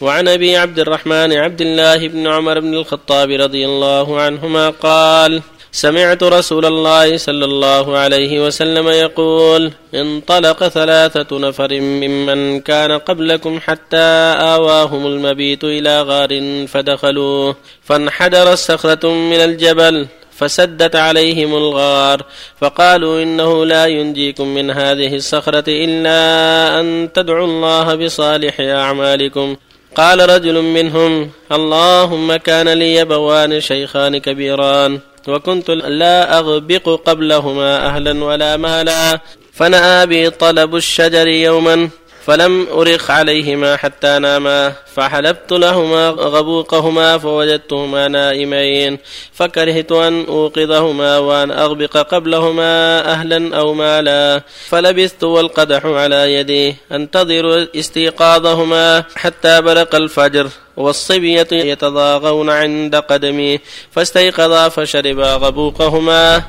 وعن أبي عبد الرحمن عبد الله بن عمر بن الخطاب رضي الله عنهما قال: سمعت رسول الله صلى الله عليه وسلم يقول: انطلق 3 نفر ممن كان قبلكم حتى آواهم المبيت إلى غار فدخلوه، فانحدر الصخرة من الجبل فسدت عليهم الغار، فقالوا: إنه لا ينجيكم من هذه الصخرة إلا أن تدعوا الله بصالح أعمالكم. قال رجل منهم: اللهم كان لي أبوان شيخان كبيران، وكنت لا أغبق قبلهما أهلا ولا مالا، فنأى بي طلب الشجر يوما فلم أرخ عليهما حتى ناما، فحلبت لهما غبوقهما فوجدتهما نائمين، فكرهت أن أوقظهما وأن أغبق قبلهما أهلا أو مالا، فلبثت والقدح على يدي أنتظر استيقاظهما حتى برق الفجر والصبية يتضاغون عند قدمي، فاستيقظا فشربا غبوقهما.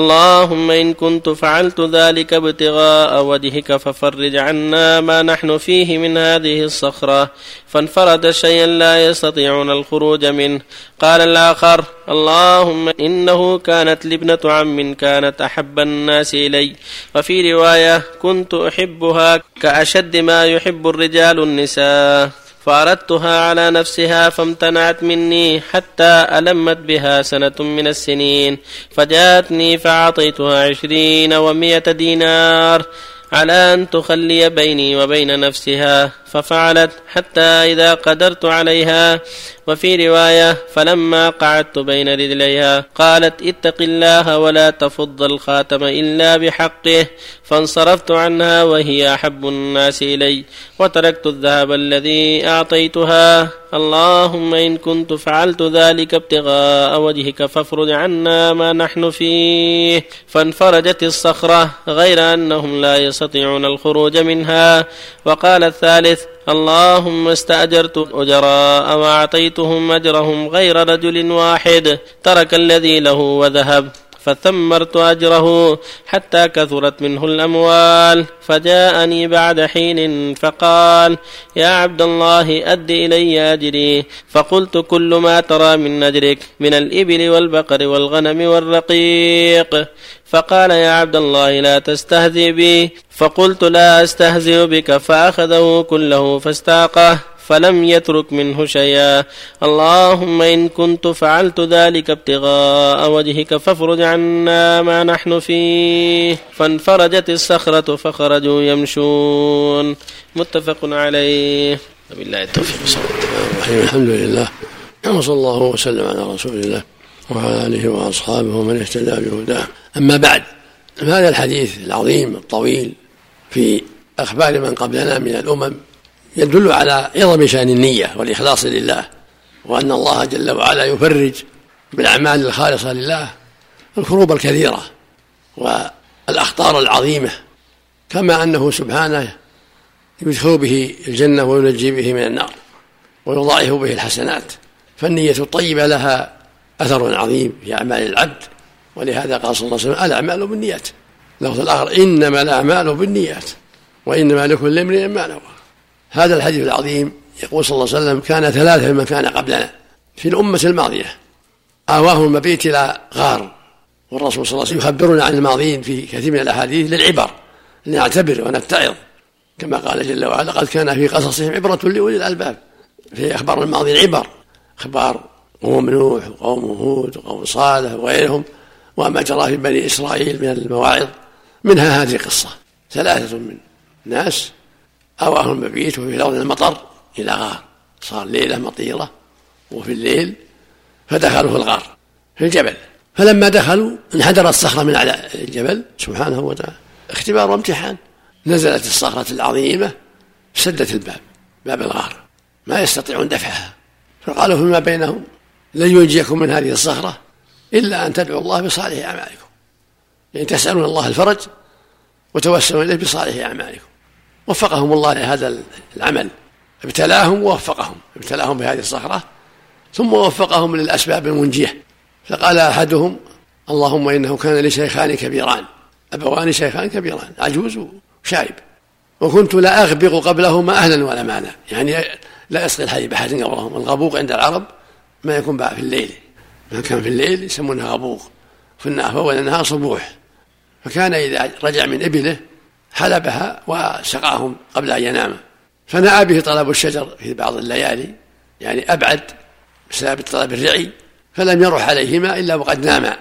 اللهم إن كنت فعلت ذلك ابتغاء وجهك ففرج عنا ما نحن فيه من هذه الصخرة، فانفرد شيئا لا يستطيعون الخروج منه. قال الآخر: اللهم إنه كانت لابنة عم كانت أحب الناس إلي، وفي رواية: كنت أحبها كأشد ما يحب الرجال النساء، فأردتها على نفسها فامتنعت مني حتى ألمت بها 1 من السنين، فجاءتني فأعطيتها 20 و100 دينار على أن تخلي بيني وبين نفسها، ففعلت حتى إذا قدرت عليها. وفي رواية: فلما قعدت بين رجليها قالت: اتق الله ولا تفض الخاتم إلا بحقه، فانصرفت عنها وهي أحب الناس إلي، وتركت الذهب الذي أعطيتها. اللهم إن كنت فعلت ذلك ابتغاء وجهك فافرج عنا ما نحن فيه. فانفرجت الصخرة غير أنهم لا يستطيعون الخروج منها. وقال الثالث: اللهم استأجرت أجراء وأعطيتهم أجرهم غير رجل واحد ترك الذي له وذهب، فثمرت أجره حتى كثرت منه الأموال، فجاءني بعد حين فقال: يا عبد الله أد إلي أجري. فقلت: كل ما ترى من أجرك من الإبل والبقر والغنم والرقيق. فقال: يا عبد الله لا تستهزئ بي. فقلت: لا أستهزئ بك. فأخذه كله فاستاقه فلم يترك منه شيئا. اللهم إن كنت فعلت ذلك ابتغاء وجهك فافرج عنا ما نحن فيه. فانفرجت الصخرة فخرجوا يمشون. متفق عليه. وبالله التوفيق. صلى الله عليه وسلم. الحمد لله، وصلى الله وسلم على رسول الله وعلى آله وأصحابه ومن اهتدى بهداه. أما بعد، هذا الحديث العظيم الطويل في أخبار من قبلنا من الأمم يدل على عظم شأن النية والإخلاص لله، وأن الله جل وعلا يفرج بالأعمال الخالصة لله الكروب الكثيرة والأخطار العظيمة، كما أنه سبحانه يدخل به الجنة وينجي به من النار ويضاعف به الحسنات. فالنية الطيبة لها أثر عظيم في أعمال العبد، ولهذا قال صلى الله عليه وسلم: الأعمال بالنيات. لفظ الآخر: إنما الأعمال بالنيات وإنما لكل امرئ ما نوى. هذا الحديث العظيم يقول صلى الله عليه وسلم: كان 3 ممن كان قبلنا في الأمة الماضية آواهم المبيت إلى غار. والرسول صلى الله عليه وسلم يخبرنا عن الماضين في كثير من الأحاديث للعبر، لنعتبر ونتعظ، كما قال جل وعلا: قد كان في قصصهم عبرة لأولي الألباب. في أخبار الماضين عبر، أخبار قوم نوح وقوم هود وقوم صالح وغيرهم، وما جرى في بني إسرائيل من المواعظ. منها هذه القصة: 3 من الناس آواهم المبيت وفي لون المطر إلى غار، صار ليلة مطيرة وفي الليل، فدخلوا في الغار في الجبل. فلما دخلوا انحدرت الصخرة من على الجبل سبحانه وتعالى، اختبار وامتحان. نزلت الصخرة العظيمة سدت الباب، باب الغار، ما يستطيعون دفعها. فقالوا فيما بينهم: لن ينجيكم من هذه الصخرة إلا أن تدعوا الله بصالح أعمالكم، يعني تسألون الله الفرج وتوسلون إليه بصالح أعمالكم. وفقهم الله لهذا العمل، ابتلاهم ووفقهم، ابتلاهم بهذه الصخرة ثم وفقهم للأسباب المنجية. فقال أحدهم: اللهم إنه كان لي شيخان كبيران، أبوان شيخان كبيران، عجوز وشايب، وكنت لا أغبق قبلهما أهلا ولا مالا، يعني لا يسقي الحي بأحد قبلهم. الغبوق عند العرب ما يكون بقى في الليل، ما كان في الليل يسمونها غبوق، في أول النهار صبوح. فكان إذا رجع من إبله حلبها وسقاهم قبل أن ينام. فنأى به طلب الشجر في بعض الليالي، يعني أبعد بسبب طلب الرعي، فلم يروح عليهما إلا وقد نام،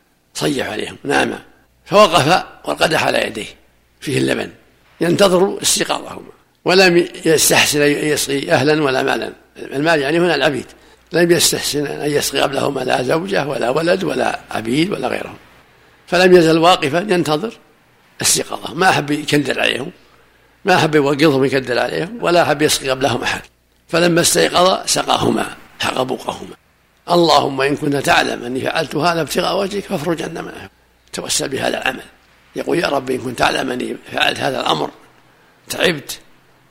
صيح عليهم نام، فوقف وقدح على يديه فيه اللبن ينتظر استيقاظهما، ولم يستحسن أن يسقي أهلا ولا مالا. المال يعني هنا العبيد، لم يستحسن أن يسقي قبلهما لا زوجة ولا ولد ولا عبيد ولا غيرهم، فلم يزل واقفا ينتظر استيقاظهم، ما أحب يكدر عليهم، ما أحب يوقظهم يكدر عليهم، ولا أحب يسقي قبلهم أحد. فلما استيقظ سقاهما حق بوقهما. اللهم إن كنت تعلم أني فعلت هذا ابتغاء وجهك فافرج عنا منه. توسل بهذا العمل، يقول يا رب إن كنت تعلم أني فعلت هذا الأمر، تعبت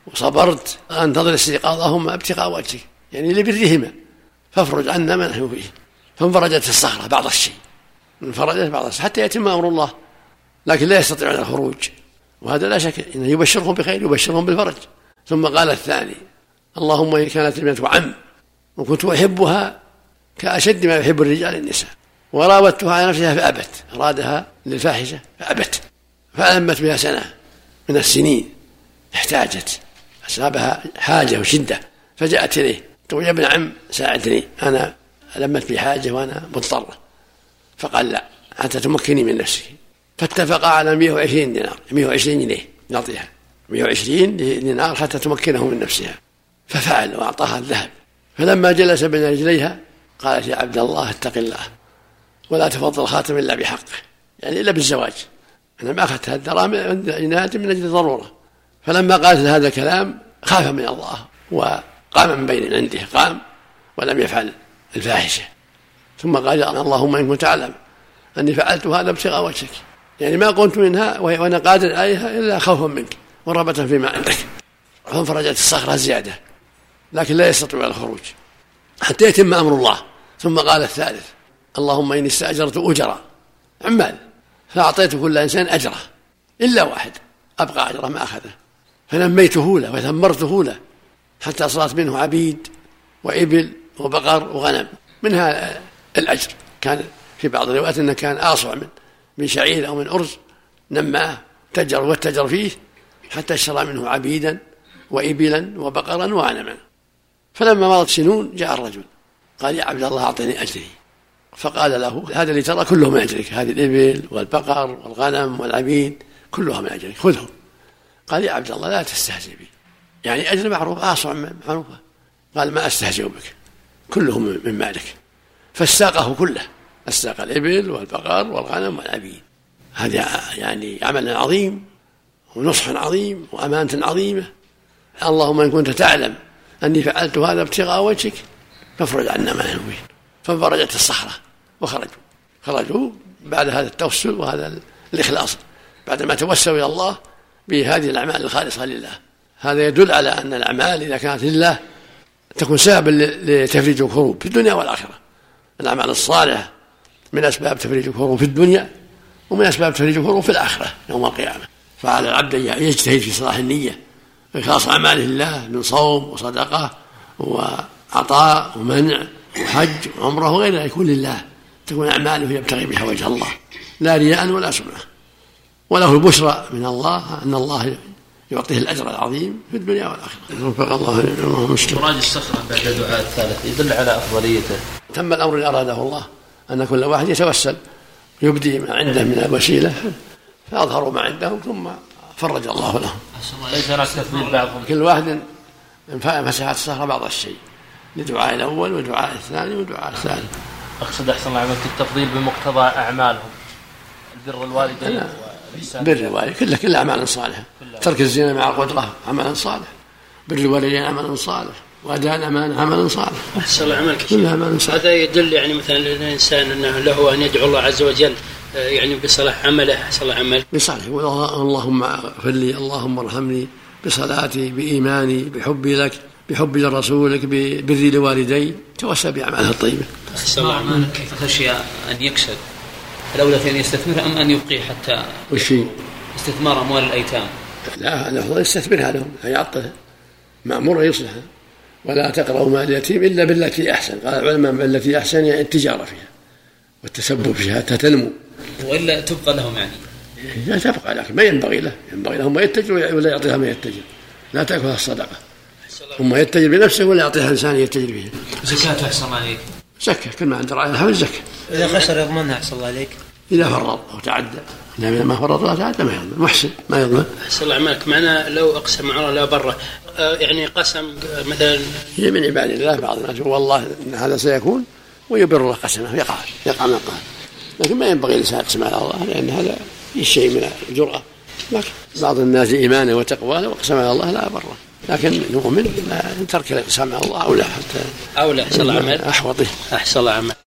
وصبرت أنتظر استيقاظهما ابتغاء وجهك، يعني لبرهما، فافرج عنا ما نحن فيه. فانفرجت الصخرة بعض الشيء، انفرجت بعض الشيء حتى يتم أمر الله، لكن لا يستطيعون الخروج، وهذا لا شك إنه يبشرهم بخير، يبشرهم بالفرج. ثم قال الثاني اللهم إن كانت ابنة عم وكنت أحبها كأشد ما يحب الرجال النساء، وراودتها على نفسها فأبت، أرادها للفاحشة فأبت، فألمت بها سنة من السنين، احتاجت، أصابها حاجة وشدة، فجاءت إليه تقول يا ابن عم ساعدني، أنا لمت بي حاجة وأنا مضطرة. فقال لا حتى تمكني من نفسك. فاتفقا على 120 دينار، 120 جنيه نعطيها، 120 دينار حتى تمكنه من نفسها. ففعل وأعطاها الذهب. فلما جلس بين رجليها قالت يا عبد الله اتق الله ولا تفضل الخاتم إلا بحقه، يعني إلا بالزواج، أنا ما أخذت الدراهم عناد من أجل الضرورة. فلما قالت هذا الكلام خاف من الله وقام من بين عنده، قام ولم يفعل الفاحشة. ثم قال اللهم إن كنت تعلم أني فعلت هذا ابتغاء وجهك، يعني ما قمت منها وأنا قادر عليها إلا خوفا منك ورغبة فيما عندك. فانفرجت الصخرة زيادة، لكن لا يستطيع الخروج حتى يتم أمر الله. ثم قال الثالث اللهم إني استأجرت أجرا عمال، فأعطيت كل إنسان أجره إلا واحد أبقى أجره ما أخذه، فنميته له وثمرته له حتى صارت منه عبيد وإبل وبقر وغنم. منها الأجر كان في بعض الروايات أنه كان آصع من شعير أو من أرز، نماه تجر واتجر فيه حتى اشترى منه عبيدا وإبلا وبقرا وغنما. فلما مضت سنون جاء الرجل قال يا عبد الله أعطني أجري. فقال له هذا اللي ترى كله من أجرك، هذه الإبل والبقر والغنم والعبيد كلها من أجرك، خذهم. قال يا عبد الله لا تستهزئ بي، يعني أجر معروف، آصع معروفة. قال ما أستهزئ بك، كلهم من مالك. فاستاقه كله، استاق الإبل والبقر والغنم والعبيد. هذا يعني عمل عظيم ونصح عظيم وأمانة عظيمة. اللهم إن كنت تعلم أني فعلت هذا ابتغاء وجهك فافرج عنا ما نحن فيه. فانفرجت الصخرة وخرجوا بعد هذا التوسل وهذا الإخلاص، بعدما توسلوا إلى الله بهذه الأعمال الخالصة لله. هذا يدل على أن الأعمال إذا كانت لله تكون سببا لتفريج الكروب في الدنيا والآخرة. الأعمال الصالحة من أسباب تفريج الكروب في الدنيا ومن أسباب تفريج الكروب في الآخرة يوم القيامة. فعلى العبد يجتهد في صلاح النية وإخلاص أعماله لله من صوم وصدقة وعطاء ومنع وحج وعمره وغيرها، يكون لله، تكون أعماله يبتغي بها وجه الله لا رياء ولا سمعة. وله البشرى من الله أن الله يعطيه الأجر العظيم في الدنيا والآخرة. وفق الله مسلم. إخراج الصخرة بعد دعاء الثالث يدل على أفضليته. تم الأمر اللي أراده الله، أن كل واحد يتوسل يبدي ما عنده من الوسيلة فأظهروا ما عندهم ثم فرج الله لهم. ليس هناك تفضيل بعضهم، كل واحد مسحت الصخرة بعض الشيء لدعاء الأول ودعاء الثاني ودعاء الثالث. أقصد أحسن الله عملك التفضيل بمقتضى أعمالهم، البر الوالدين والإحسان. بر الوالدين كل أعمال صالحة، ترك الزنا مع القدرة عمل صالح، بر الوالدين عمل صالح، وأداء الأمانة عمل صالح. أحسن الله عملك. كلها عمل صالح. هذا يدل يعني مثلا الإنسان أنه له أن يدعو الله عز وجل يعني بصلاح عمله، صلاح عمل بصالح. اللهم اغفر لي، اللهم ارحمني، بصلاتي، بإيماني، بحبي لك، بحبي لرسولك، ببري لوالدي، توسل بأعماله الطيبة. أحسن الله عملك. كيف خشي أن يكسب، الأولى أن يستثمر أم أن يبقي حتى والشيء استثمار أموال الأيتام؟ لا، الأفضل يستثمرها لهم، يعطها مأمور يصلحها، ولا تقربوا مال اليتيم إلا بالتي أحسن. قال العلماء بالتي أحسن يعني التجارة فيها والتسبب فيها حتى تنمو، وإلا تبقى لهم يعني لا تبقى، لكن ما ينبغي لهم ما يتجر ولا يعطيها ما يتجر، لا تأكلها الصدقة، ثم يتجر بنفسه ولا يعطيها إنسان يتجر فيه. زكاة أحسن عليك، زكاة كل ما عند رأي الحول زكاة. إذا خسر يضمنها أحسن الله عليك، إذا فرط أو تعدى، إذا ما فرط ولا تعدى ما يضمن، محسن ما يضمن. أحسن الله عملك. معنا لو أقسم على لا بره يعني قسم مثلا، هي من عباد الله بعض الناس والله إن هذا سيكون ويبر الله قسمه يقع من قال، لكن ما ينبغي الإنسان يقسم على الله لأن هذا شيء من الجرأة. لكن بعض الناس إيمانه وتقواه لو أقسم على الله لا بره، لكن نؤمن ترك الإقسام على الله أولى حتى أولى. أحسن الله عملك. أحوطه. أحسن الله عملك.